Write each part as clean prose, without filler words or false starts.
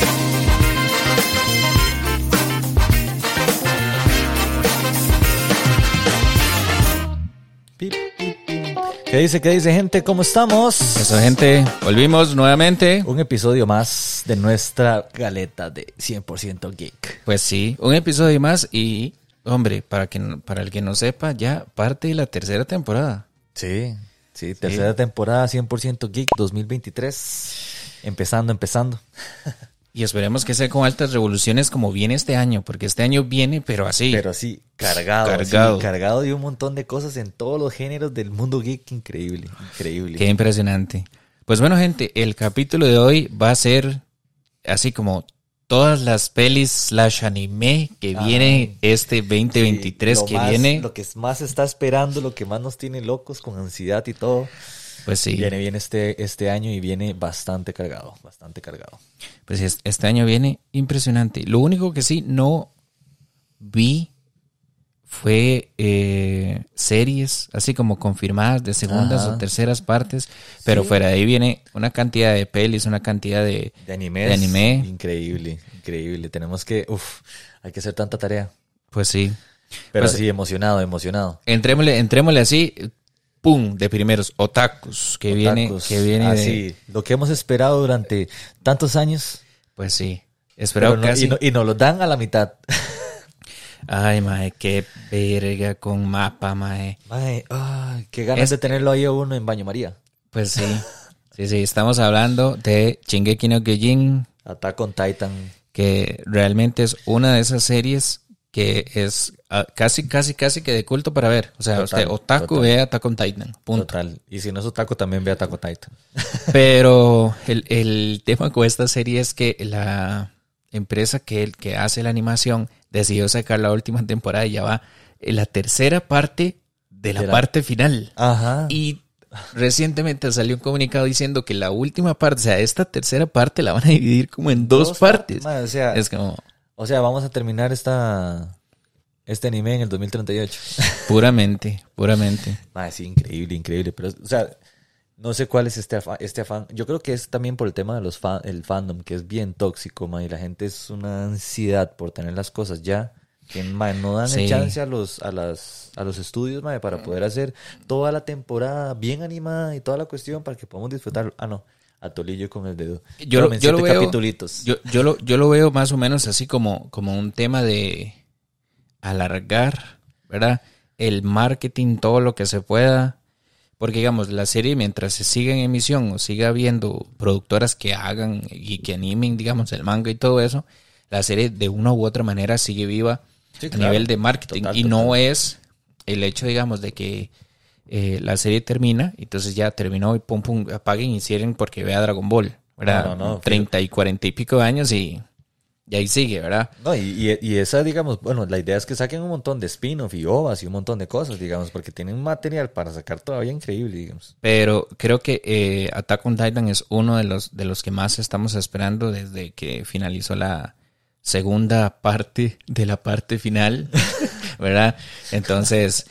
¿Qué dice, gente? ¿Cómo estamos? Eso, gente, volvimos nuevamente. Un episodio más de nuestra galeta de 100% geek. Pues sí, un episodio más y, hombre, para el que no sepa, ya parte de la tercera temporada. Sí, tercera temporada 100% geek 2023. Empezando. Y esperemos que sea con altas revoluciones como viene este año, porque este año viene, pero así. Cargado de un montón de cosas en todos los géneros del mundo geek. Increíble. Qué impresionante. Pues bueno, gente, el capítulo de hoy va a ser así como todas las pelis / anime que viene este 2023 sí, que viene. Lo que más se está esperando, lo que más nos tiene locos con ansiedad y todo. Pues sí. Viene este año y viene bastante cargado. Pues este año viene impresionante. Lo único que sí no vi fue series así como confirmadas de segundas o terceras partes, pero fuera de ahí viene una cantidad de pelis, una cantidad de anime. Increíble. Tenemos que, hay que hacer tanta tarea. Pues sí. Pero pues, sí, emocionado. Entrémosle así, pum, de primeros, otakus, que viene así, lo que hemos esperado durante tantos años. Pues sí, esperado casi. Y nos lo dan a la mitad. Ay, mae, qué verga con mapa, mae. Mae, qué ganas de tenerlo ahí a uno en Baño María. Pues sí, estamos hablando de Shingeki no Kyojin. Attack on Titan. Que realmente es una de esas series que es casi que de culto para ver. O sea, usted otaku ve Attack on Titan, punto. Total, y si no es otaku también ve Attack on Titan. Pero el tema con esta serie es que la empresa que hace la animación decidió sacar la última temporada y ya va en la tercera parte de la parte final. Ajá. Y recientemente salió un comunicado diciendo que la última parte, o sea, esta tercera parte la van a dividir como en dos partes. O sea, es como... O sea, vamos a terminar este anime en el 2038. Puramente. Sí, increíble. Pero, o sea, no sé cuál es este afán. Yo creo que es también por el tema de el fandom, que es bien tóxico, y la gente es una ansiedad por tener las cosas ya, que no dan el chance a los estudios, para poder hacer toda la temporada bien animada y toda la cuestión para que podamos disfrutarlo. No. A tolillo con el dedo. Yo lo veo, yo lo veo más o menos así como un tema de alargar, ¿verdad? El marketing, todo lo que se pueda. Porque, digamos, la serie, mientras se siga en emisión o siga habiendo productoras que hagan y que animen, digamos, el manga y todo eso, la serie de una u otra manera sigue viva a nivel de marketing. Total. No es el hecho, digamos, de que la serie termina, entonces ya terminó y pum, apaguen y cierren porque vea Dragon Ball, ¿verdad? No, 30 y 40 y pico de años y ahí sigue, ¿verdad? No, y esa, digamos, bueno, la idea es que saquen un montón de spin-off y ovas y un montón de cosas, digamos, porque tienen material para sacar todavía increíble, digamos. Pero creo que Attack on Titan es uno de los que más estamos esperando desde que finalizó la segunda parte de la parte final, ¿verdad? Entonces,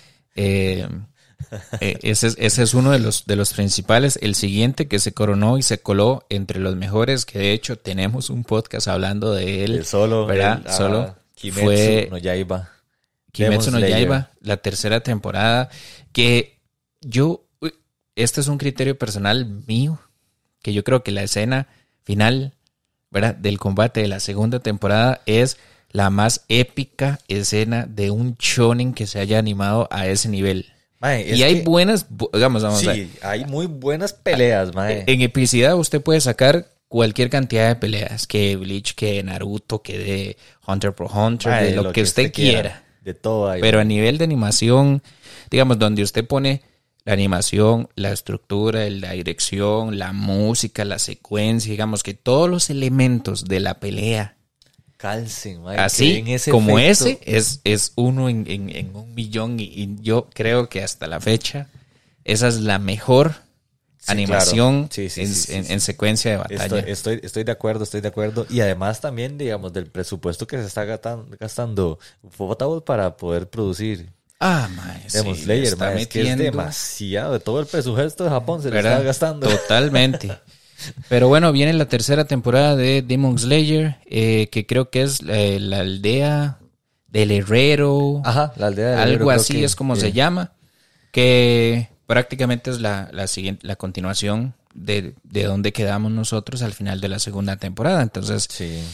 ese es uno de los principales. El siguiente que se coronó y se coló entre los mejores, que de hecho tenemos un podcast hablando de él, ¿verdad? Kimetsu no Yaiba. Kimetsu no Yaiba, la tercera temporada, que este es un criterio personal mío, que yo creo que la escena final, ¿verdad?, del combate de la segunda temporada es la más épica escena de un shonen que se haya animado a ese nivel. Y hay buenas, hay muy buenas peleas, mae. En epicidad usted puede sacar cualquier cantidad de peleas, que Bleach, que Naruto, que de Hunter x Hunter, de lo que usted quiera. De todo ahí. Pero a nivel de animación, digamos, donde usted pone la animación, la estructura, la dirección, la música, la secuencia, digamos que todos los elementos de la pelea calcen, así como efecto. Ese es uno en 1,000,000 y yo creo que hasta la fecha esa es la mejor animación en secuencia de batalla. Estoy de acuerdo y además también, digamos, del presupuesto que se está gastando Ufotable para poder producir Demon Slayer, es que es demasiado, de todo el presupuesto de Japón se le está gastando. Totalmente. Pero bueno, viene la tercera temporada de Demon Slayer, que creo que es la aldea del herrero. Ajá, la aldea del herrero. Algo así es como se llama. Que prácticamente es la continuación de donde quedamos nosotros al final de la segunda temporada. Entonces,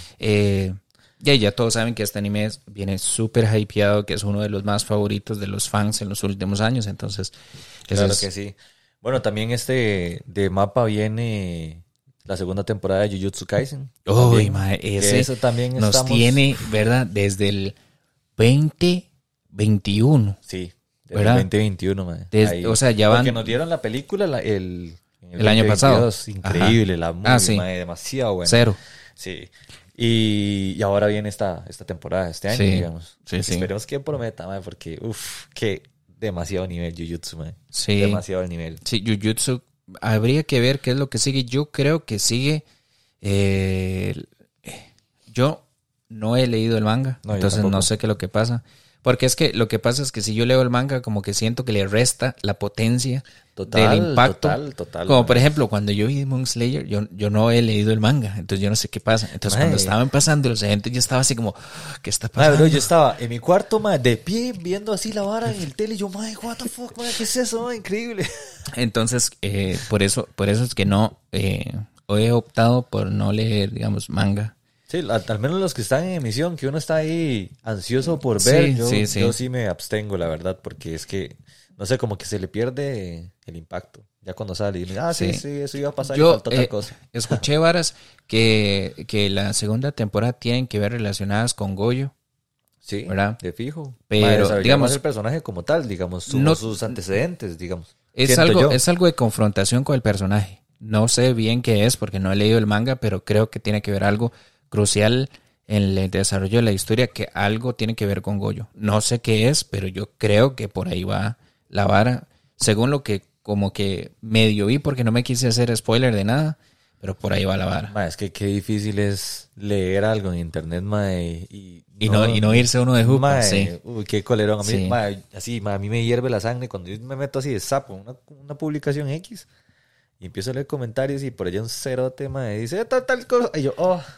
ya todos saben que este anime viene súper hypeado, que es uno de los más favoritos de los fans en los últimos años. Entonces, claro que sí. Bueno, también de Mapa viene la segunda temporada de Jujutsu Kaisen. Uy, ese eso también nos tiene, ¿verdad? Desde el 2021. Sí, desde el 2021, mae. O sea, ya van... Porque nos dieron la película el año pasado. Increíble, la movie, sí. mae, demasiado buena. Cero. Sí. Y ahora viene esta temporada, este año, digamos. Sí. Esperemos que prometa, mae, porque, que demasiado nivel Jujutsu, mae. Sí. Demasiado el nivel. Sí, Jujutsu, habría que ver qué es lo que sigue. Yo creo que sigue... yo no he leído el manga, entonces no sé qué es lo que pasa. Porque es que lo que pasa es que si yo leo el manga, como que siento que le resta la potencia del impacto. Total. Como por ejemplo, cuando yo vi Demon Slayer, yo no he leído el manga, entonces yo no sé qué pasa. Entonces cuando estaban pasando los eventos, yo estaba así como, ¿qué está pasando? Bro, yo estaba en mi cuarto, de pie, viendo así la vara en el tele, y yo, what the fuck, ¿qué es eso? Increíble. Entonces, por eso es que no he optado por no leer, digamos, manga. Sí, al menos los que están en emisión, que uno está ahí ansioso por ver, yo sí me abstengo, la verdad, porque es que, no sé, como que se le pierde el impacto. Ya cuando sale y sí, eso iba a pasar y faltó otra cosa. Escuché varas que la segunda temporada tienen que ver relacionadas con Goyo. Sí, ¿verdad? de fijo. Pero, digamos, el personaje como tal, digamos, sus antecedentes, digamos. Es algo de confrontación con el personaje. No sé bien qué es, porque no he leído el manga, pero creo que tiene que ver algo crucial en el desarrollo de la historia, que algo tiene que ver con Goyo. No sé qué es, pero yo creo que por ahí va la vara, según lo que como que medio vi, porque no me quise hacer spoiler de nada, pero por ahí va la vara. Es que qué difícil es leer algo en internet, y no irse uno de jupa. Sí. Uy, qué colerón. A mí me hierve la sangre cuando yo me meto así de sapo, una publicación X, y empiezo a leer comentarios y por allá un cerote, dice tal cosa, y yo,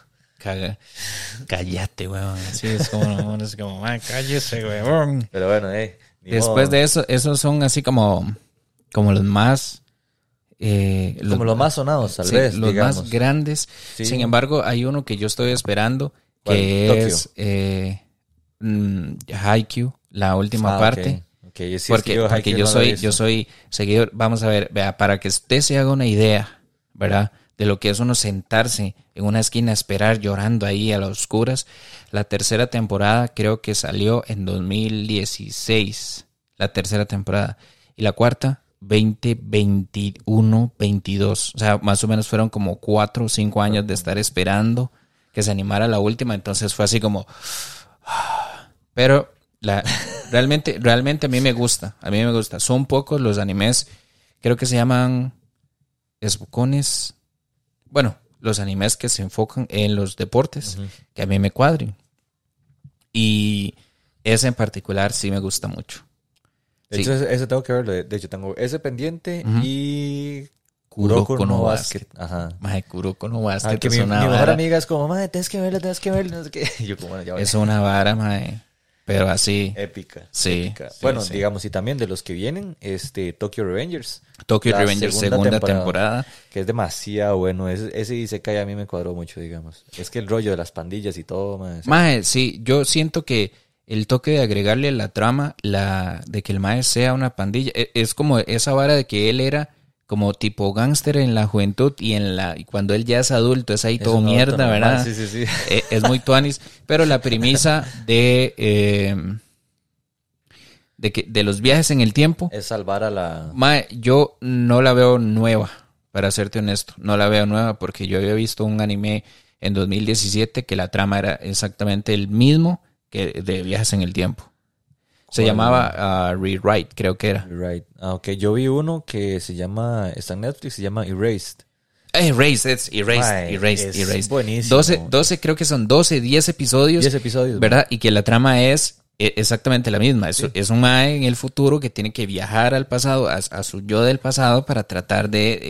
cállate, weón. Así es como, cállese, weón. Pero bueno, después de eso, esos son así como los más... como los más sonados, tal vez, los digamos. más grandes. Sí. Sin embargo, hay uno que yo estoy esperando, que es Haikyuu, la última parte. Okay. Sí, porque yo soy seguidor. Vamos a ver, vea, para que usted se haga una idea, ¿verdad?, de lo que es uno sentarse en una esquina a esperar llorando ahí a las oscuras. La tercera temporada creo que salió en 2016, la tercera temporada. Y la cuarta, 2021, 22. O sea, más o menos fueron como 4 o 5 años de estar esperando que se animara la última. Entonces fue así como... Pero realmente a mí me gusta. A mí me gusta. Son pocos los animes, creo que se llaman esbocones. Bueno, los animes que se enfocan en los deportes, que a mí me cuadren. Y ese en particular sí me gusta mucho. De hecho, ese tengo que verlo. De hecho, tengo ese pendiente y Kuroko no Basket. Ajá. Kuroko no Basket. Que mi mejor amiga es como, tienes que verlo, no sé qué. Y yo como, ya es una vara, pero así. Épica. Sí. Épica. Bueno, digamos, y también de los que vienen, Tokyo Revengers. Tokyo Revengers, segunda temporada. Que es demasiado bueno. Ese Isekai a mí me cuadró mucho, digamos. Es que el rollo de las pandillas y todo, sí, yo siento que el toque de agregarle la trama, de que el mae sea una pandilla, es como esa vara de que él era como tipo gángster en la juventud y cuando él ya es adulto es ahí todo mierda, ¿verdad? Sí. Es muy tuanis, pero la premisa de los viajes en el tiempo es salvar a la... yo no la veo nueva, para serte honesto, no la veo nueva porque yo había visto un anime en 2017 que la trama era exactamente el mismo que de viajes en el tiempo. Se llamaba Rewrite, creo que era. Rewrite. Ok, yo vi uno que se llama, está en Netflix, se llama Erased. Erased. Es buenísimo. 12, creo que son 10 episodios. 10 episodios. ¿Verdad? Y que la trama es exactamente la misma. Es un mae en el futuro que tiene que viajar al pasado, a su yo del pasado, para tratar de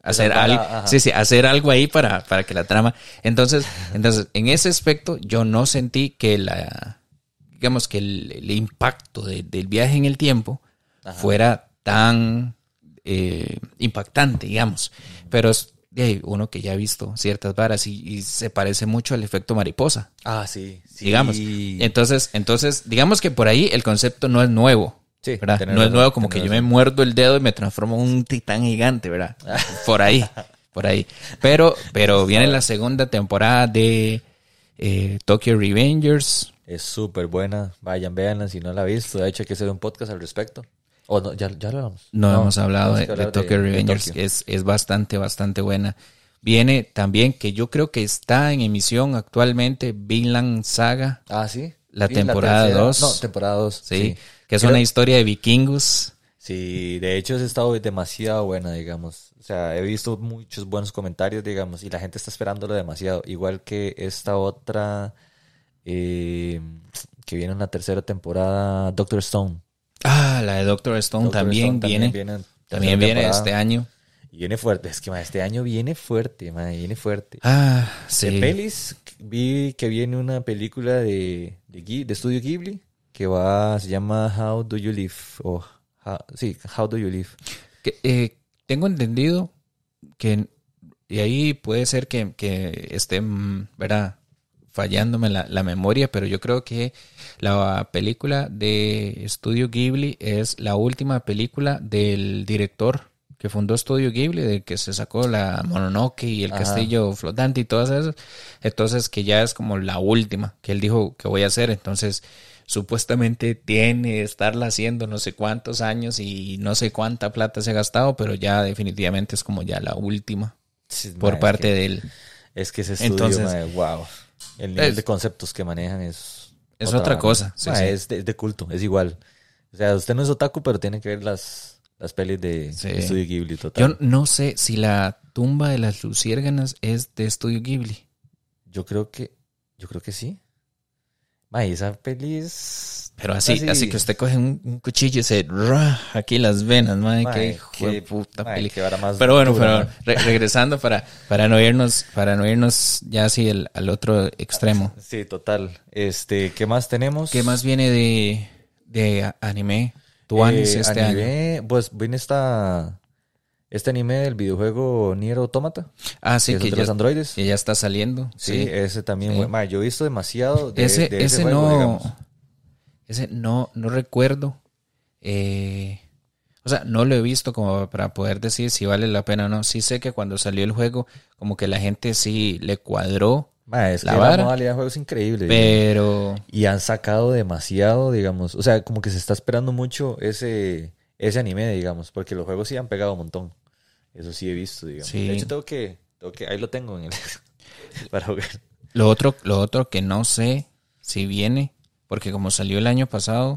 hacer algo, hacer algo ahí para que la trama. Entonces, en ese aspecto, yo no sentí que digamos que el impacto del viaje en el tiempo fuera tan impactante, digamos. Pero es de uno que ya ha visto ciertas varas y se parece mucho al efecto mariposa. Ah, sí. Digamos. Entonces, digamos que por ahí el concepto no es nuevo. Sí, ¿verdad? No es nuevo como que yo me muerdo el dedo y me transformo en un titán gigante, ¿verdad? Por ahí. Pero viene la segunda temporada de Tokyo Revengers. Es súper buena. Vayan, véanla si no la han visto. De hecho, hay que hacer un podcast al respecto. ¿O no? ¿Ya lo hablamos? No, hemos hablado de Tokyo Revengers. Es bastante buena. Viene también, que yo creo que está en emisión actualmente, Vinland Saga. Ah, ¿sí? La temporada 2. No, temporada 2. Sí. Que es una historia de vikingos. Sí, de hecho ha estado demasiado buena, digamos. O sea, he visto muchos buenos comentarios, digamos, y la gente está esperándolo demasiado. Igual que esta otra que viene en la tercera temporada, Doctor Stone. Ah, la de Doctor Stone también viene este año. Y viene fuerte. Es que este año viene fuerte, fuerte. Ah, sí. De pelis, vi que viene una película de Estudio Ghibli que se llama How Do You Live? How Do You Live? Tengo entendido que, y ahí puede ser que esté, ¿verdad?, fallándome la memoria, pero yo creo que la película de Estudio Ghibli es la última película del director que fundó Estudio Ghibli, de que se sacó la Mononoke y el castillo flotante y todas esas. Entonces, que ya es como la última que él dijo que voy a hacer. Entonces, supuestamente tiene que estarla haciendo no sé cuántos años y no sé cuánta plata se ha gastado, pero ya definitivamente es como ya la última por parte de él. Es que ese estudio, entonces, wow. El nivel de conceptos que manejan es otra cosa. Sí. Es de culto, es igual. O sea, usted no es otaku, pero tiene que ver las pelis de Estudio Ghibli total. Yo no sé si la tumba de las luciérganas es de Estudio Ghibli. Yo creo que sí. Esa peli es... Pero así que usted coge un cuchillo y se... aquí las venas, qué hijo de puta peli. Pero bueno, regresando para no irnos ya así al otro extremo. Sí, total. ¿Qué más tenemos? ¿Qué más viene de anime? Este año. Pues viene este anime del videojuego Nier Automata. Ah, sí, que de los androides. Que ya está saliendo. Sí, ese también. Sí. Yo he visto demasiado de ese juego, no, digamos. Ese no recuerdo. O sea, no lo he visto como para poder decir si vale la pena o no. Sí sé que cuando salió el juego, como que la gente sí le cuadró. Es que la modalidad de juego es increíble. Pero... Digamos. Y han sacado demasiado, digamos. O sea, como que se está esperando mucho ese anime, digamos. Porque los juegos sí han pegado un montón. Eso sí he visto, digamos. Sí. De hecho, tengo que ahí lo tengo en el para jugar. Lo otro que no sé si viene, porque como salió el año pasado,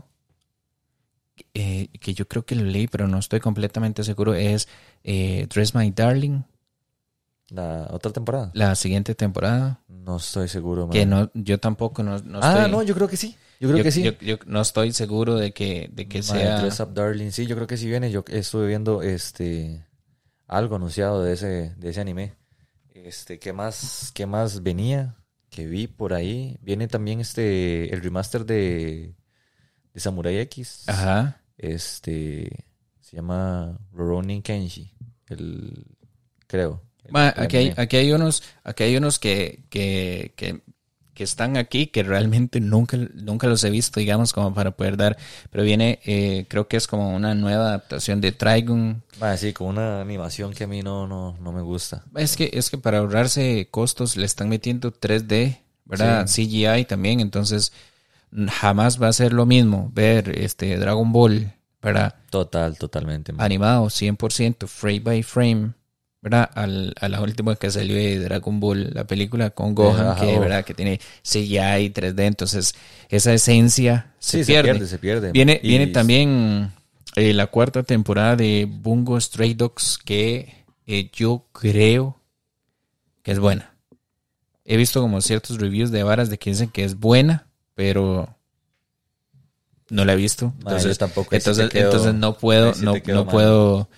que yo creo que lo leí, pero no estoy completamente seguro, es Dress My Darling. ¿La otra temporada? La siguiente temporada. No estoy seguro. Que no, yo tampoco no estoy... no, yo creo que sí. Yo Yo no estoy seguro de que sea... Dress Up Darling, sí, yo creo que sí viene. Yo estuve viendo algo anunciado de ese anime. ¿Qué más venía? Que vi por ahí. Viene también el remaster de Samurai X. Ajá. Se llama Rurouni Kenshi. Creo. Aquí hay unos que están aquí que realmente nunca los he visto, digamos, como para poder dar. Pero viene, creo que es como una nueva adaptación de Trigun. Sí, con una animación que a mí no me gusta. Es que para ahorrarse costos le están metiendo 3D, ¿verdad? Sí. CGI también, entonces jamás va a ser lo mismo ver Dragon Ball, ¿verdad? Totalmente. Animado 100%, frame by frame, ¿verdad? A la última que salió de Dragon Ball, la película con Gohan, ¿verdad? Que tiene CGI y 3D, entonces esa esencia se pierde. Viene también la cuarta temporada de Bungo Stray Dogs, que yo creo que es buena. He visto como ciertos reviews de varas de que dicen que es buena, pero no la he visto. Entonces, yo tampoco. Entonces no puedo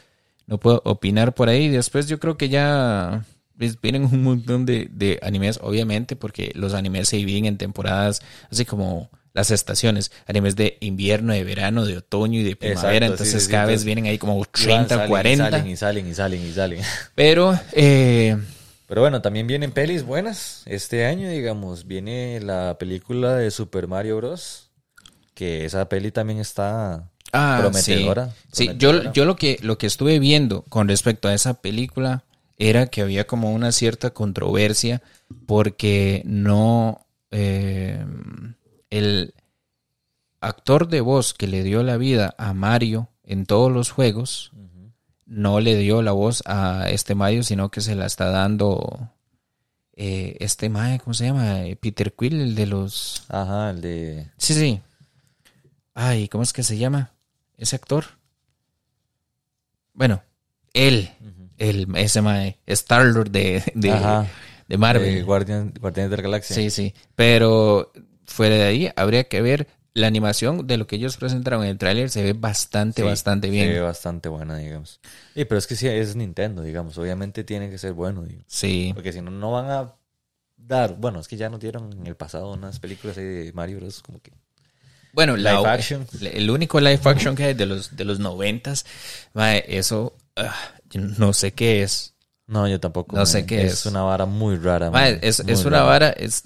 no puedo opinar por ahí. Después yo creo que ya vienen un montón de animes, obviamente, porque los animes se dividen en temporadas, así como las estaciones, animes de invierno, de verano, de otoño y de primavera. Exacto, entonces cada vez vienen ahí como 30, 40. Y salen. Pero bueno, también vienen pelis buenas este año, digamos. Viene la película de Super Mario Bros. Que esa peli también está prometedora. Sí, yo lo que estuve viendo con respecto a esa película era que había como una cierta controversia porque no... el actor de voz que le dio la vida a Mario en todos los juegos no le dio la voz a este Mario, sino que se la está dando este Mario, ¿cómo se llama? Peter Quill, el de los... Ajá, el de... Sí. Ay, ¿cómo es que se llama ese actor? Bueno, ese Mae, Star-Lord de Marvel. Guardianes de la Galaxia. Sí. Pero fuera de ahí, habría que ver la animación de lo que ellos presentaron en el tráiler. Se ve bastante bien. Se ve bastante buena, digamos. Pero es que sí, es Nintendo, digamos. Obviamente tiene que ser bueno, digamos. Sí. Porque si no, no van a dar... Bueno, es que ya nos dieron en el pasado unas películas ahí de Mario Bros. Como que... Bueno, live action. El único live action que hay de los 90s, eso yo no sé qué es. No, yo tampoco. No sé qué es. Es una vara muy rara. Es una vara, es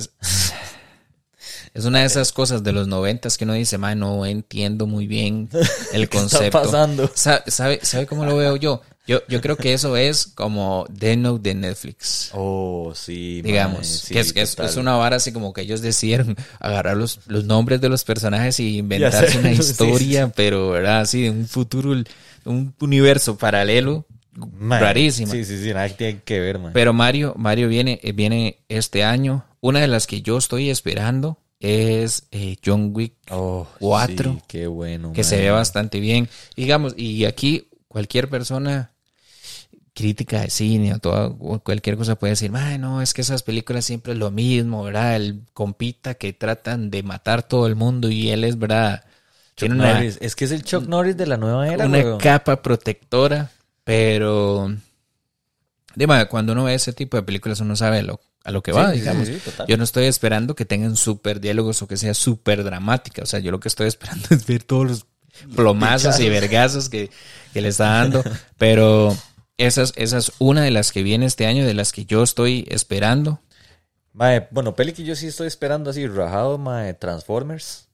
una de esas cosas de los 90s que uno dice, no entiendo muy bien el concepto. ¿Qué está pasando? ¿Sabe cómo lo veo yo? Yo creo que eso es como Death Note de Netflix. Oh, sí. Digamos, sí, que es una vara así como que ellos decidieron agarrar los nombres de los personajes y inventarse una historia, pero ¿verdad? Así de un futuro, un universo paralelo. Rarísima. Sí, nada que tiene que ver, man. Pero Mario viene este año. Una de las que yo estoy esperando es John Wick 4. Sí, qué bueno. Que se ve bastante bien. Digamos, y aquí cualquier persona crítica de cine o cualquier cosa puede decir, no, es que esas películas siempre es lo mismo, ¿verdad? El compita que tratan de matar todo el mundo y él es, ¿verdad? Es que es el Chuck Norris de la nueva era, una capa protectora, pero cuando uno ve ese tipo de películas uno sabe a lo que va, digamos. Sí, yo no estoy esperando que tengan súper diálogos o que sea súper dramática, o sea, yo lo que estoy esperando es ver todos los plomazos y vergazos que le está dando, pero esa es una de las que viene este año, de las que yo estoy esperando. Bueno, peli que yo sí estoy esperando así rajado, Transformers.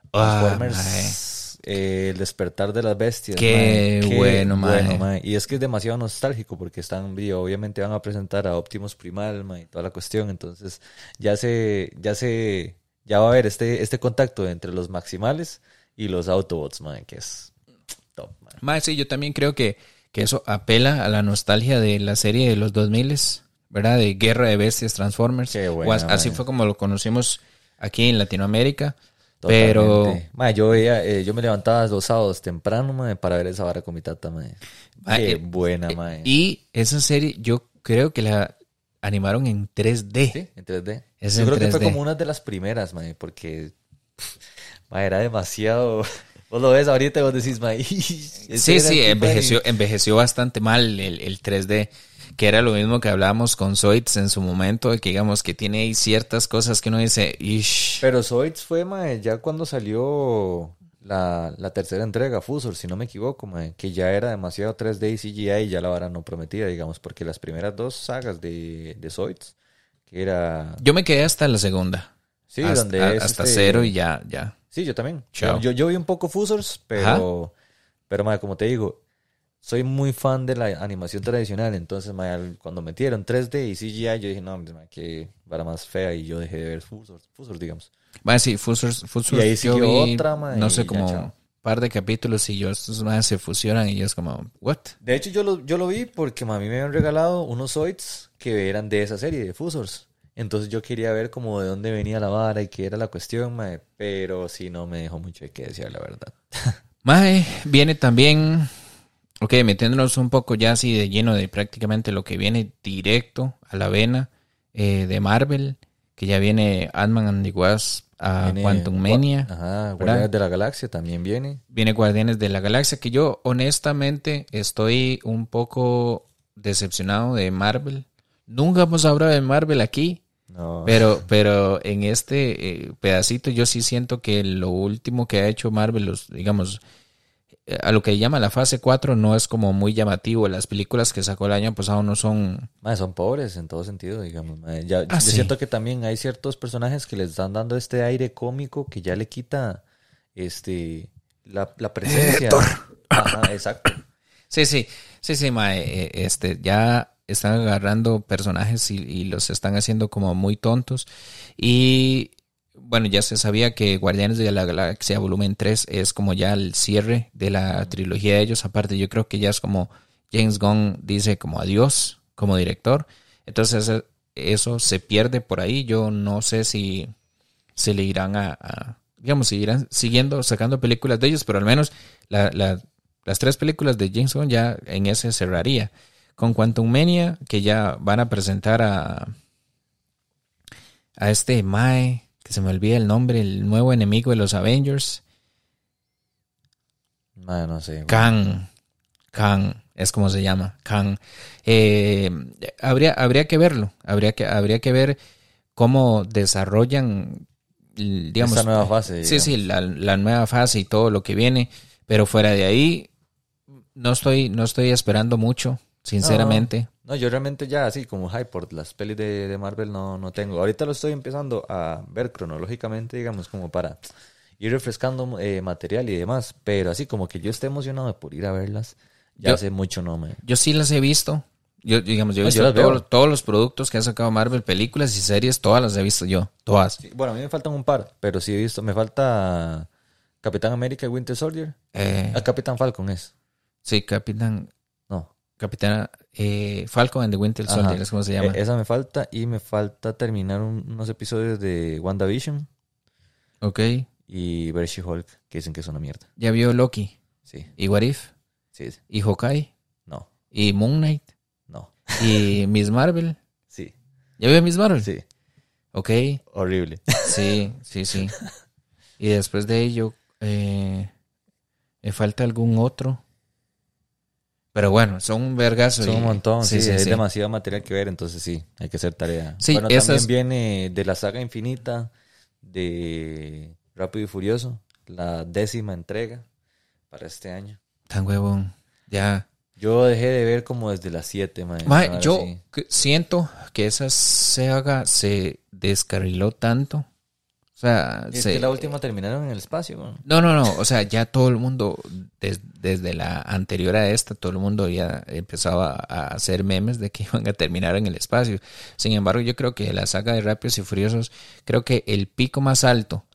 El despertar de las bestias. Qué bueno, Y es que es demasiado nostálgico porque obviamente van a presentar a Optimus Primal, y toda la cuestión, entonces ya va a haber este contacto entre los Maximales y los Autobots, que es top, sí, yo también creo que eso apela a la nostalgia de la serie de los 2000, ¿verdad? De Guerra de Bestias, Transformers. Qué buena, así fue como lo conocimos aquí en Latinoamérica. Totalmente. Pero yo me levantaba los sábados temprano, para ver esa vara con mi tata, Qué buena, Y esa serie yo creo que la animaron en 3D. Sí, en 3D. Yo creo que fue como una de las primeras, porque era demasiado... Vos lo ves ahorita y vos decís, sí, envejeció bastante mal el 3D, que era lo mismo que hablábamos con Zoids en su momento, que digamos que tiene ahí ciertas cosas que uno dice, ish. Pero Zoids fue, ya cuando salió la tercera entrega, Fusor, si no me equivoco, que ya era demasiado 3D y CGI y ya la vara no prometía, digamos, porque las primeras dos sagas de Zoids, que era... Yo me quedé hasta la segunda. Sí, hasta cero y ya. Sí, yo también. Chao. Yo vi un poco Fusors, pero como te digo, soy muy fan de la animación tradicional. Entonces, cuando metieron 3D y CGI, yo dije, no, qué vara más fea. Y yo dejé de ver Fusors, digamos. Sí, Fusors. Y ahí siguió otra, no sé, como un par de capítulos y estos se fusionan y yo es como, ¿what? De hecho, yo lo vi porque a mí me habían regalado unos Zoids que eran de esa serie, de Fusors. Entonces yo quería ver como de dónde venía la vara y qué era la cuestión, pero sí no me dejó mucho de qué decir, la verdad. Viene también, metiéndonos un poco ya así de lleno de prácticamente lo que viene directo a la vena de Marvel, que ya viene Ant-Man and a Quantum Mania. Guardianes de la Galaxia también viene. Viene Guardianes de la Galaxia, que yo honestamente estoy un poco decepcionado de Marvel. Nunca hemos hablado de Marvel aquí. No. Pero en este pedacito yo sí siento que lo último que ha hecho Marvel, digamos, a lo que llama la fase 4 no es como muy llamativo. Las películas que sacó el año pasado no son... Son pobres en todo sentido, digamos. Yo siento que también hay ciertos personajes que les están dando este aire cómico que ya le quita la presencia. Ajá, exacto. Sí, mae, ya están agarrando personajes y los están haciendo como muy tontos. Y bueno, ya se sabía que Guardianes de la Galaxia Volumen 3 es como ya el cierre de la trilogía de ellos. Aparte, yo creo que ya es como James Gunn dice como adiós como director. Entonces eso se pierde por ahí. Yo no sé si se le irán digamos, seguirán sacando películas de ellos, pero al menos las 3 películas de James Gunn ya en ese cerraría. Con Quantum Mania, que ya van a presentar a este Mae, que se me olvida el nombre, el nuevo enemigo de los Avengers. No sé. Kang, es como se llama, Kang. Habría que verlo, habría que ver cómo desarrollan, digamos, esta nueva fase. Digamos. Sí, la nueva fase y todo lo que viene, pero fuera de ahí no estoy esperando mucho. Sinceramente. No, yo realmente ya así como hype por las pelis de Marvel no tengo. Ahorita lo estoy empezando a ver cronológicamente, digamos, como para ir refrescando material y demás. Pero así como que yo esté emocionado por ir a verlas, hace mucho no me... Yo sí las he visto. Yo he visto todos los productos que ha sacado Marvel, películas y series, todas las he visto yo. Todas. Sí, bueno, a mí me faltan un par, pero sí he visto. Me falta Capitán América y Winter Soldier. Capitán Falcon es. Sí, Capitana Falcon and the Winter Soldier, es como se llama. Esa me falta y me falta terminar unos episodios de WandaVision. Ok. Y ver She-Hulk, que dicen que es una mierda. ¿Ya vio Loki? Sí. ¿Y What If? Sí. ¿Y Hawkeye? No. ¿Y Moon Knight? No. ¿Y Miss Marvel? Sí. ¿Ya vio Miss Marvel? Sí. Ok. Horrible. Sí. Y después de ello, me falta algún otro. Pero bueno, son un vergazo. Son un montón, sí. Es demasiado material que ver, entonces sí, hay que hacer tarea. Sí, bueno, también viene de la saga infinita de Rápido y Furioso, la 10ª entrega para este año. Tan huevón, ya. Yo dejé de ver como desde las 7, man. Yo siento que esa saga se descarriló tanto. O sea, es que la última terminaron en el espacio, man. No. O sea, ya todo el mundo, desde la anterior a esta, todo el mundo ya empezaba a hacer memes de que iban a terminar en el espacio. Sin embargo, yo creo que la saga de Rápidos y Furiosos, creo que el pico más alto,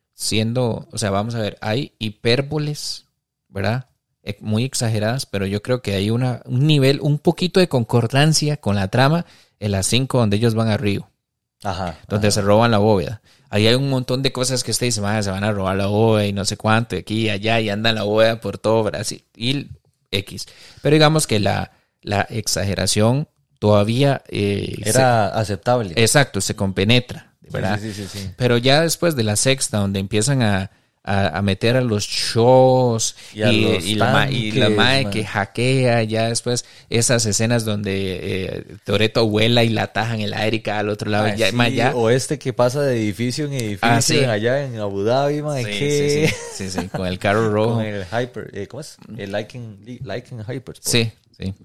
o sea, vamos a ver, hay hipérboles, ¿verdad? Muy exageradas, pero yo creo que hay un nivel, un poquito de concordancia con la trama en las 5 donde ellos van a Río. Donde se roban la bóveda. Ahí hay un montón de cosas que usted dice, se van a robar la bóveda y no sé cuánto, aquí y allá, y anda la bóveda por todo Brasil, X. Pero digamos que la exageración todavía... era aceptable. Exacto, se compenetra, ¿verdad? Sí. Pero ya después de la sexta, donde empiezan a meter a los shows y la mae que hackea, ya después esas escenas donde Toretto vuela y la ataja en el aire y cae al otro lado. Ya. O que pasa de edificio en edificio allá en Abu Dhabi, sí, con el carro rojo. Con el Hyper, ¿cómo es? El Lycan Hyper. Sí.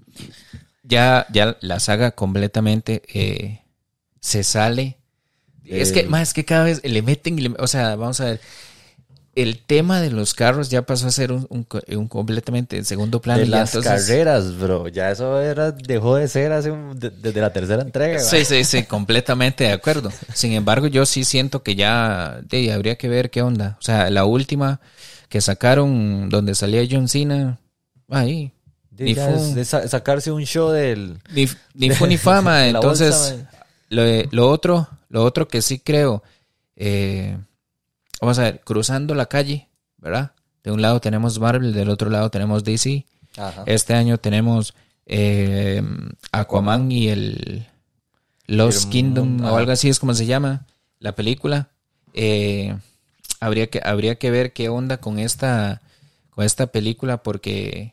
Ya la saga completamente se sale. Es que cada vez le meten, o sea, vamos a ver. El tema de los carros ya pasó a ser un completamente en segundo plano. De las carreras, bro. Ya eso dejó de ser desde la tercera entrega. Sí, completamente de acuerdo. Sin embargo, yo sí siento que ya habría que ver qué onda. O sea, la última que sacaron donde salía John Cena, ahí. De sacarse un show del... Ni fu ni fama. Entonces, lo otro que sí creo... vamos a ver, cruzando la calle, ¿verdad? De un lado tenemos Marvel, del otro lado tenemos DC. Ajá. Este año tenemos Aquaman y el Lost Kingdom o algo así es como se llama la película. habría que ver qué onda con esta película, porque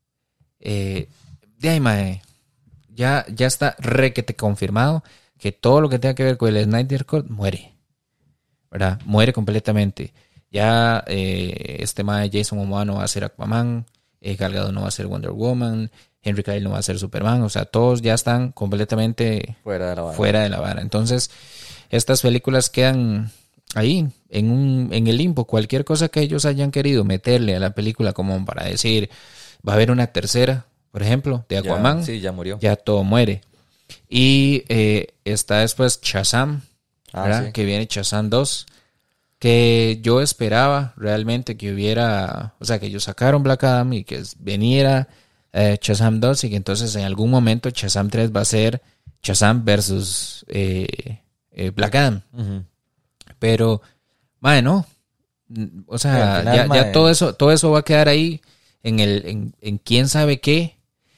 de ahí, mae, ya está requete confirmado que todo lo que tenga que ver con el Snyder Cut muere, ¿verdad? Muere completamente. Ya este mae Jason Momoa no va a ser Aquaman, Gal Gadot no va a ser Wonder Woman, Henry Cavill no va a ser Superman, o sea, todos ya están completamente fuera de la vara. Entonces, estas películas quedan ahí, en el limbo. Cualquier cosa que ellos hayan querido meterle a la película como para decir, va a haber una tercera, por ejemplo, de Aquaman. Ya murió. Ya todo muere. Y está después Shazam, ¿verdad? Sí. Que viene Shazam 2. Que yo esperaba realmente que hubiera, o sea, que ellos sacaron Black Adam y que viniera Shazam 2 y que entonces en algún momento Shazam 3 va a ser Shazam versus Black Adam. Uh-huh. Pero, madre, no. O sea, final, ya todo eso va a quedar ahí en quién sabe qué.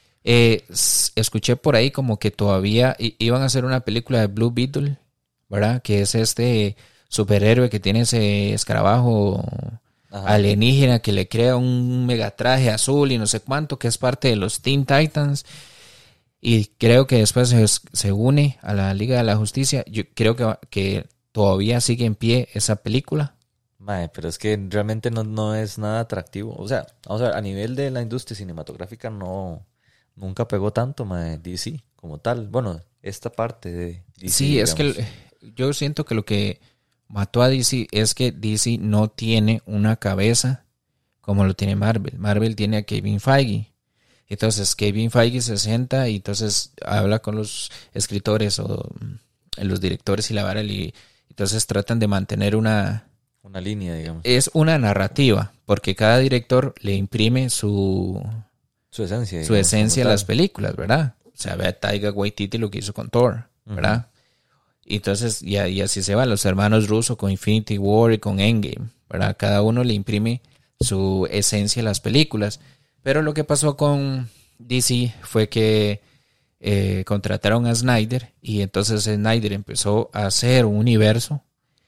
Escuché por ahí como que todavía iban a hacer una película de Blue Beetle, ¿verdad? Que es este superhéroe que tiene ese escarabajo alienígena que le crea un megatraje azul y no sé cuánto, que es parte de los Teen Titans. Y creo que después se une a la Liga de la Justicia. Yo creo que todavía sigue en pie esa película. Mae, pero es que realmente no es nada atractivo. O sea, vamos a ver, a nivel de la industria cinematográfica nunca pegó tanto, mae, DC como tal. Bueno, esta parte de DC. Sí, digamos. Es que yo siento que lo que mató a DC es que DC no tiene una cabeza como lo tiene Marvel. Marvel tiene a Kevin Feige. Entonces Kevin Feige se sienta y entonces habla con los escritores o los directores y la vara y entonces tratan de mantener una línea, digamos. Es una narrativa, porque cada director le imprime su esencia, digamos, su esencia a las películas, ¿verdad? O sea, ve a Taika Waititi lo que hizo con Thor, ¿verdad? Uh-huh. Y entonces, y así se van los hermanos Russo con Infinity War y con Endgame, ¿verdad? Cada uno le imprime su esencia a las películas. Pero lo que pasó con DC fue que contrataron a Snyder y entonces Snyder empezó a hacer un universo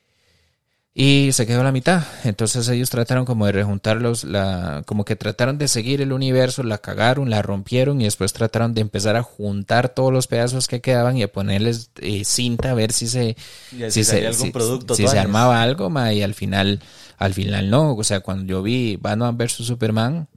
y se quedó a la mitad. Entonces ellos trataron como de rejuntarlos, como que trataron de seguir el universo, la cagaron, la rompieron y después trataron de empezar a juntar todos los pedazos que quedaban y a ponerles cinta a ver si se armaba algo, y al final no. O sea, cuando yo vi Batman vs Superman,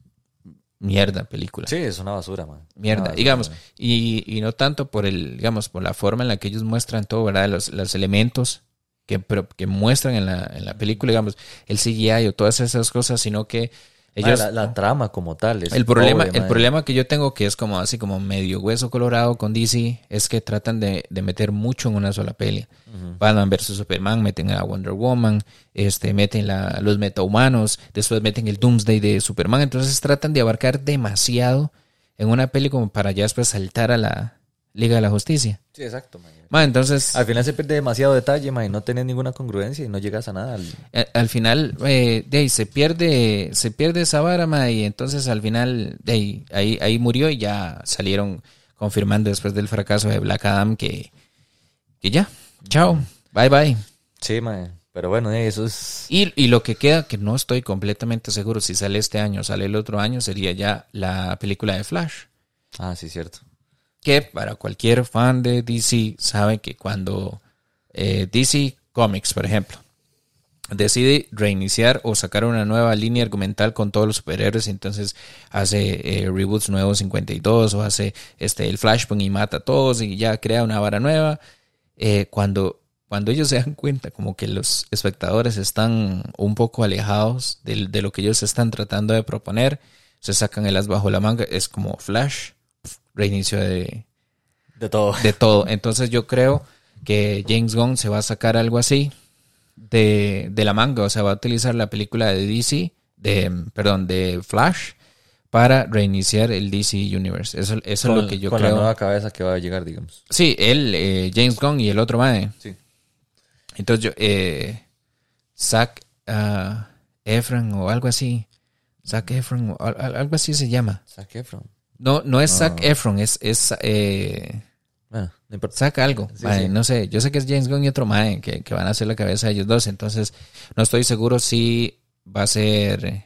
mierda película. Sí, es una basura, man. Mierda, digamos, y no tanto por por la forma en la que ellos muestran todo, ¿verdad? Los elementos que muestran en la película, digamos, el CGI o todas esas cosas, sino que ellos... La trama como tal. El problema que yo tengo, que es como así como medio hueso colorado con DC, es que tratan de meter mucho en una sola peli. Uh-huh. Batman vs Superman, meten a Wonder Woman, meten los metahumanos, después meten el Doomsday de Superman, entonces tratan de abarcar demasiado en una peli como para ya después saltar a la Liga de la Justicia. Sí, exacto, man. Entonces, al final se pierde demasiado detalle, man, y no tenés ninguna congruencia y no llegas a nada. Al final, de ahí se pierde esa vara, man, y entonces al final de ahí murió y ya salieron confirmando después del fracaso de Black Adam que ya, chao, bye. Sí, man, pero bueno, eso es... Y lo que queda, que no estoy completamente seguro si sale este año o sale el otro año, sería ya la película de Flash. Ah, sí, cierto. Que para cualquier fan de DC sabe que cuando DC Comics, por ejemplo, decide reiniciar o sacar una nueva línea argumental con todos los superhéroes, entonces hace reboots nuevos 52 o hace el Flashpoint y mata a todos y ya crea una vara nueva, cuando ellos se dan cuenta como que los espectadores están un poco alejados de lo que ellos están tratando de proponer, se sacan el as bajo la manga, es como Flash, reinicio de todo. Entonces yo creo que James Gunn se va a sacar algo así de la manga, o sea, va a utilizar la película de DC, de Flash, para reiniciar el DC Universe. Eso es lo que yo creo. Con la nueva cabeza que va a llegar, digamos. Sí, él, James Gunn y el otro mae. Sí. Entonces yo, Zac Efron o algo así. Zac Efron, algo así se llama. Zac Efron. No es Zac Efron, es No importa. Saca algo. Sí, Mae, sí. no sé, yo sé que es James Gunn y otro mae que van a hacer la cabeza de ellos dos, entonces no estoy seguro si va a ser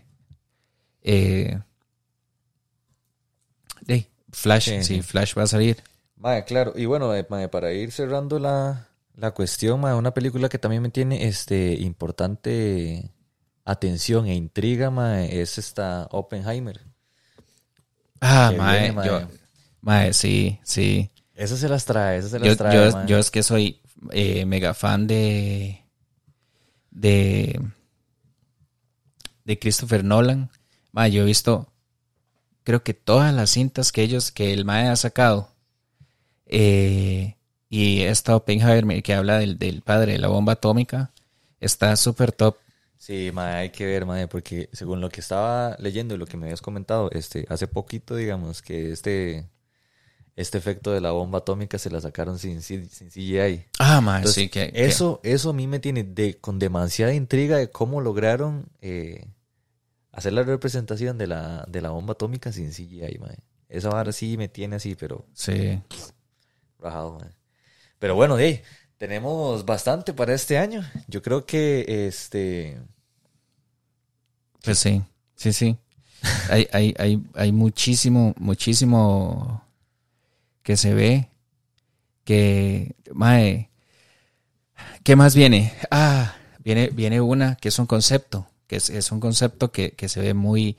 Flash, Sí, si sí. Flash va a salir. Mae, claro. Y bueno, mae, para ir cerrando la cuestión, mae, una película que también me tiene importante atención e intriga, mae, es esta Oppenheimer. Ah, Que mae, viene, mae. mae, sí. Esa se las trae, mae. Yo es que soy mega fan de Christopher Nolan. Mae, yo he visto, creo que todas las cintas que el mae ha sacado. Y esta Oppenheimer que habla del padre de la bomba atómica está súper top. Sí, mae, hay que ver, mae, porque según lo que estaba leyendo y lo que me habías comentado, hace poquito, digamos, que este efecto de la bomba atómica se la sacaron sin CGI. Ah, mae, Entonces, sí, que eso a mí me tiene con demasiada intriga de cómo lograron hacer la representación de la bomba atómica sin CGI, mae. Esa vara sí me tiene así, pero sí. rajado, mae. Pero bueno, tenemos bastante para este año. Yo creo que Pues sí. Hay muchísimo que se ve. Que, mae, ¿qué más viene? Ah, viene una que es un concepto. Que es un concepto que se ve muy...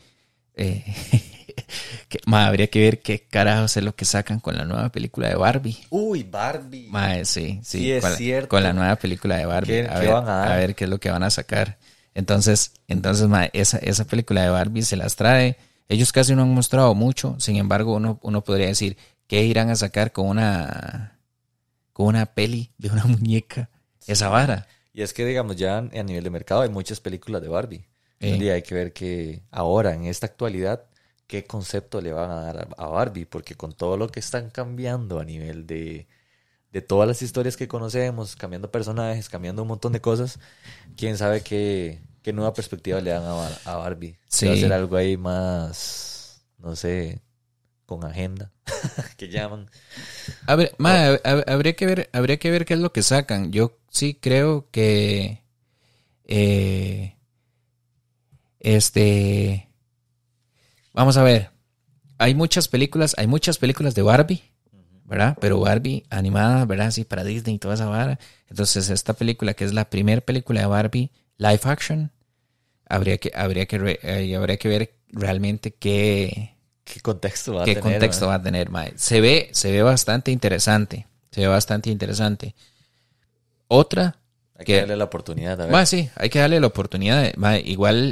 mae, habría que ver qué carajos es lo que sacan con la nueva película de Barbie. Uy, Barbie. Mae, sí, es cierto. con la nueva película de Barbie. ¿Qué van a dar? A ver qué es lo que van a sacar. Entonces mae, esa película de Barbie se las trae. Ellos casi no han mostrado mucho. Sin embargo, uno podría decir, ¿qué irán a sacar con una peli de una muñeca? Esa vara. Y es que, digamos, ya a nivel de mercado hay muchas películas de Barbie. Un día hay que ver que ahora, en esta actualidad, qué concepto le van a dar a Barbie, porque con todo lo que están cambiando a nivel de todas las historias que conocemos, cambiando personajes, cambiando un montón de cosas, quién sabe qué nueva perspectiva le dan a Barbie. Sí. Va a ser algo ahí más, no sé, con agenda, que llaman. A ver, habría que ver qué es lo que sacan. Yo sí creo que vamos a ver. Hay muchas películas de Barbie, ¿verdad? Pero Barbie animada, ¿verdad? Sí, para Disney y toda esa vara. Entonces, esta película, que es la primera película de Barbie live action, habría que ver realmente qué contexto va a qué tener. contexto va a tener, mae. Se ve bastante interesante. Otra hay que darle la oportunidad, a ver. Mae, sí, hay que darle la oportunidad. Mae, igual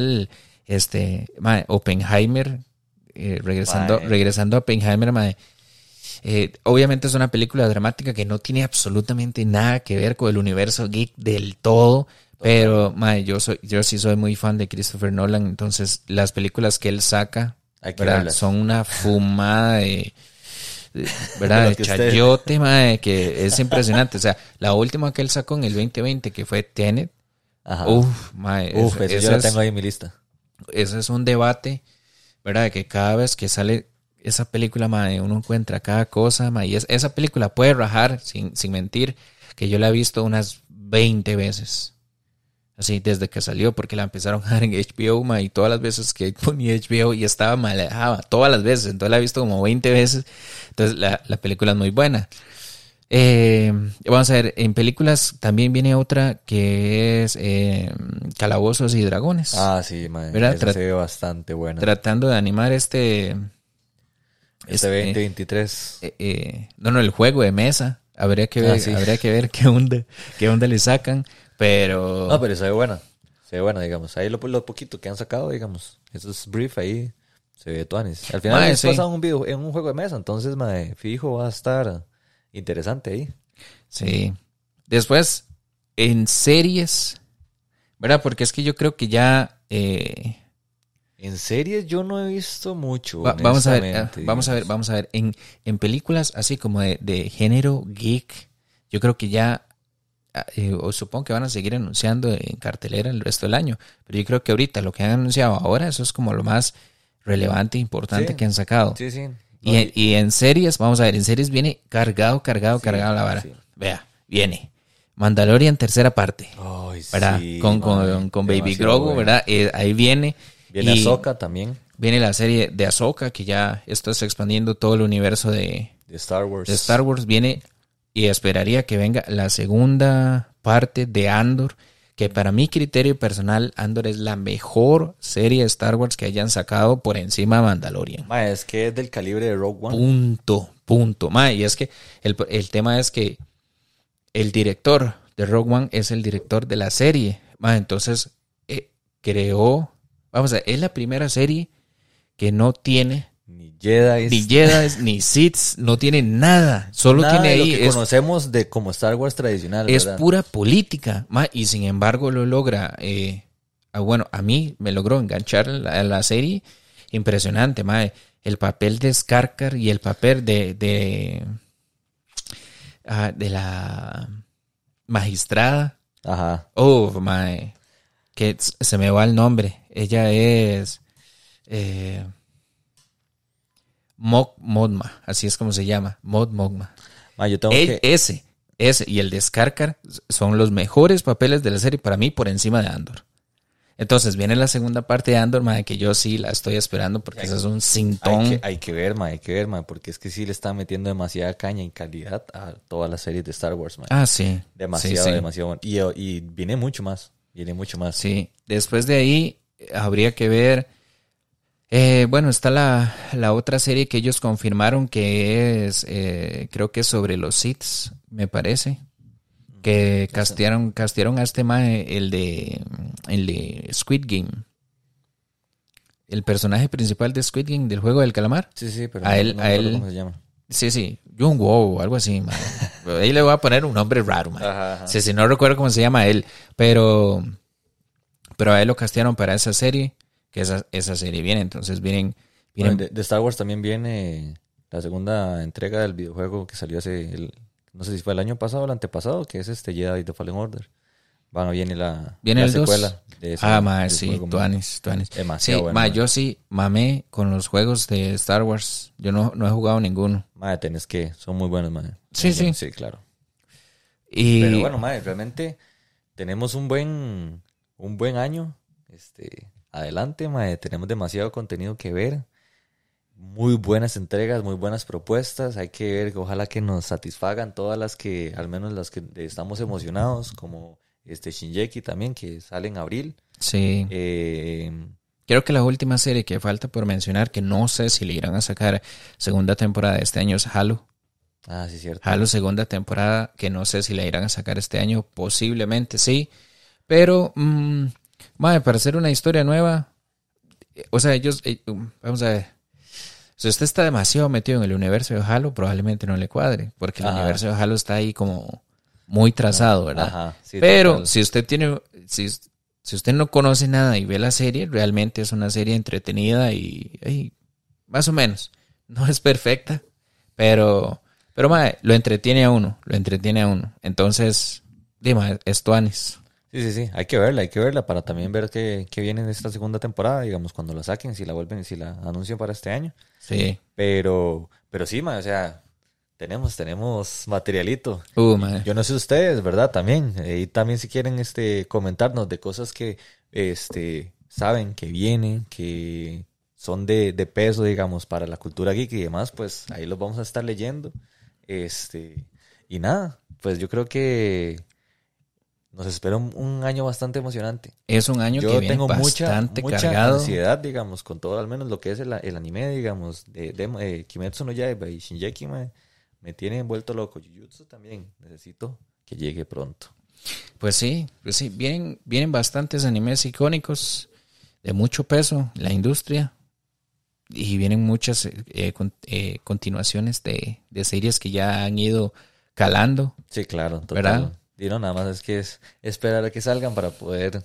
mae, Oppenheimer, regresando a Oppenheimer, mae, obviamente es una película dramática que no tiene absolutamente nada que ver con el universo geek del todo. Pero, mae, yo sí soy muy fan de Christopher Nolan, entonces las películas que él saca, ¿verdad? Son una fumada de ¿verdad? De chayote, mae, que es impresionante. O sea, la última que él sacó en el 2020, que fue Tenet. Mae, eso yo la tengo ahí en mi lista. Eso es un debate, ¿verdad? Que cada vez que sale esa película, mae, uno encuentra cada cosa, mae, y esa película puede rajar, sin mentir, que yo la he visto unas 20 veces. Así, desde que salió, porque la empezaron a dar en HBO, mae, y todas las veces que ponía HBO y estaba mal, la dejaba, todas las veces. Entonces la he visto como 20 veces. Entonces la película es muy buena. Vamos a ver, en películas también viene otra que es Calabozos y Dragones. Ah, sí, mae. Esa se ve bastante buena. Tratando de animar este 2023. No, el juego de mesa. Habría que ver qué onda le sacan. Pero... No, pero se ve buena. Se ve buena, digamos. Ahí lo poquito que han sacado, digamos. Eso es brief ahí. Se ve tuanis. Al final es pasado en un juego de mesa. Entonces, mae, fijo, va a estar interesante ahí. Sí. Después, en series, ¿verdad? Porque es que yo creo que ya... En series yo no he visto mucho. Vamos a ver. En películas así como de género geek, yo creo que ya... o supongo que van a seguir anunciando en cartelera el resto del año, pero yo creo que ahorita lo que han anunciado ahora, eso es como lo más relevante e importante que han sacado. Sí. Y en series, vamos a ver, en series viene cargado la vara. Sí. Vea, viene Mandalorian tercera parte, ¿verdad? Sí, con Baby Grogu, ¿verdad? Ahí viene. Viene Ahsoka también. Viene la serie de Ahsoka, que ya esto está expandiendo todo el universo de Star Wars. De Star Wars viene, y esperaría que venga la segunda parte de Andor, que para mi criterio personal, Andor es la mejor serie de Star Wars que hayan sacado por encima de Mandalorian. Es que es del calibre de Rogue One. Punto. Y es que el tema es que el director de Rogue One es el director de la serie. Entonces, creó, es la primera serie que no tiene ni Jedi, ni Sith, no tiene nada. Solo nada tiene ahí. Lo que conocemos de como Star Wars tradicional. Es ¿verdad? Pura política. Y sin embargo lo logra. A mí me logró enganchar la serie. Impresionante, el papel de Skarsgård y el papel de la magistrada. Ajá. Que se me va el nombre. Ella es Mon Mothma, así es como se llama, Mon Mothma. Ese y el de Skarsgård son los mejores papeles de la serie para mí por encima de Andor. Entonces viene la segunda parte de Andor, que yo sí la estoy esperando porque eso es un cintón. Hay que ver, porque es que sí le está metiendo demasiada caña y calidad a todas las series de Star Wars, sí. Demasiado. Y viene mucho más. Sí, después de ahí habría que ver. Está la otra serie que ellos confirmaron que es, creo que es sobre los Siths, me parece. Que castearon a este mae, el de Squid Game. El personaje principal de Squid Game, del juego del calamar. Sí, pero a él, ¿cómo se llama? Sí, Jung Woo, algo así, mae. Ahí le voy a poner un nombre raro, mae. Ajá. Sí, no recuerdo cómo se llama él, pero a él lo castearon para esa serie. Que esa serie viene, entonces vienen... De Star Wars también viene la segunda entrega del videojuego que salió no sé si fue el año pasado o el antepasado, que es Jedi The Fallen Order. Viene la secuela de ese sí, tuanis. Demasiado bueno. Yo sí mamé con los juegos de Star Wars. Yo no he jugado ninguno. Tenés que, son muy buenos, Sí. Sí, claro. Pero bueno, realmente tenemos un buen año. Adelante, tenemos demasiado contenido que ver, muy buenas entregas, muy buenas propuestas, hay que ver, ojalá que nos satisfagan todas las que, al menos las que estamos emocionados, como Shingeki también, que sale en abril. Sí. Creo que la última serie que falta por mencionar, que no sé si le irán a sacar segunda temporada de este año, es Halo. Sí, cierto. Halo segunda temporada, que no sé si la irán a sacar este año, posiblemente sí, pero... para hacer una historia nueva, ellos, vamos a ver, si usted está demasiado metido en el universo de Halo, probablemente no le cuadre, porque el universo de Halo está ahí como muy trazado, ¿verdad? Sí, pero total. Si usted no conoce nada y ve la serie, realmente es una serie entretenida y más o menos, no es perfecta, pero lo entretiene a uno, entonces, es tuanis. Sí, hay que verla para también ver qué viene en esta segunda temporada, digamos, cuando la saquen, si la anuncian para este año. Sí. Pero sí, tenemos materialito. Yo no sé ustedes, ¿verdad? También. Y también si quieren comentarnos de cosas que saben que vienen, que son de peso, digamos, para la cultura geek y demás, pues ahí los vamos a estar leyendo. Y nada, pues yo creo que nos espera un año bastante emocionante. Es un año que viene bastante mucha cargado. Ansiedad, digamos, con todo, al menos lo que es el anime, digamos, de Kimetsu no Yaiba y Shingeki, me tiene envuelto loco. Jujutsu también, necesito que llegue pronto. Pues sí, vienen bastantes animes icónicos de mucho peso en la industria y vienen muchas continuaciones de series que ya han ido calando. Sí, claro, total. ¿Verdad? Y no, nada más es que es esperar a que salgan para poder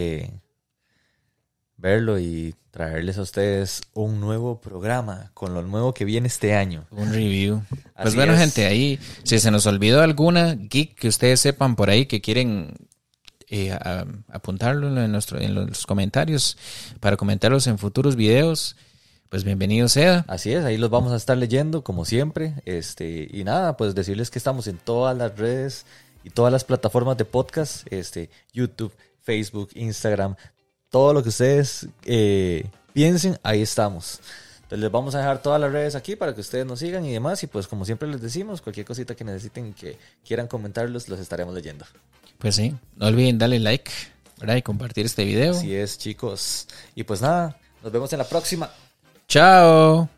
verlo y traerles a ustedes un nuevo programa con lo nuevo que viene este año. Un review. Pues bueno, gente, ahí, si se nos olvidó alguna geek que ustedes sepan por ahí que quieren apuntarlo en los comentarios para comentarlos en futuros videos, pues bienvenido sea. Así es, ahí los vamos a estar leyendo como siempre. Y nada, pues decirles que estamos en todas las redes y todas las plataformas de podcast, YouTube, Facebook, Instagram, todo lo que ustedes piensen, ahí estamos. Entonces les vamos a dejar todas las redes aquí para que ustedes nos sigan y demás. Y pues como siempre les decimos, cualquier cosita que necesiten, que quieran comentarlos, los estaremos leyendo. Pues sí, no olviden darle like, ¿verdad? Y compartir este video. Así es, chicos. Y pues nada, nos vemos en la próxima. Chao.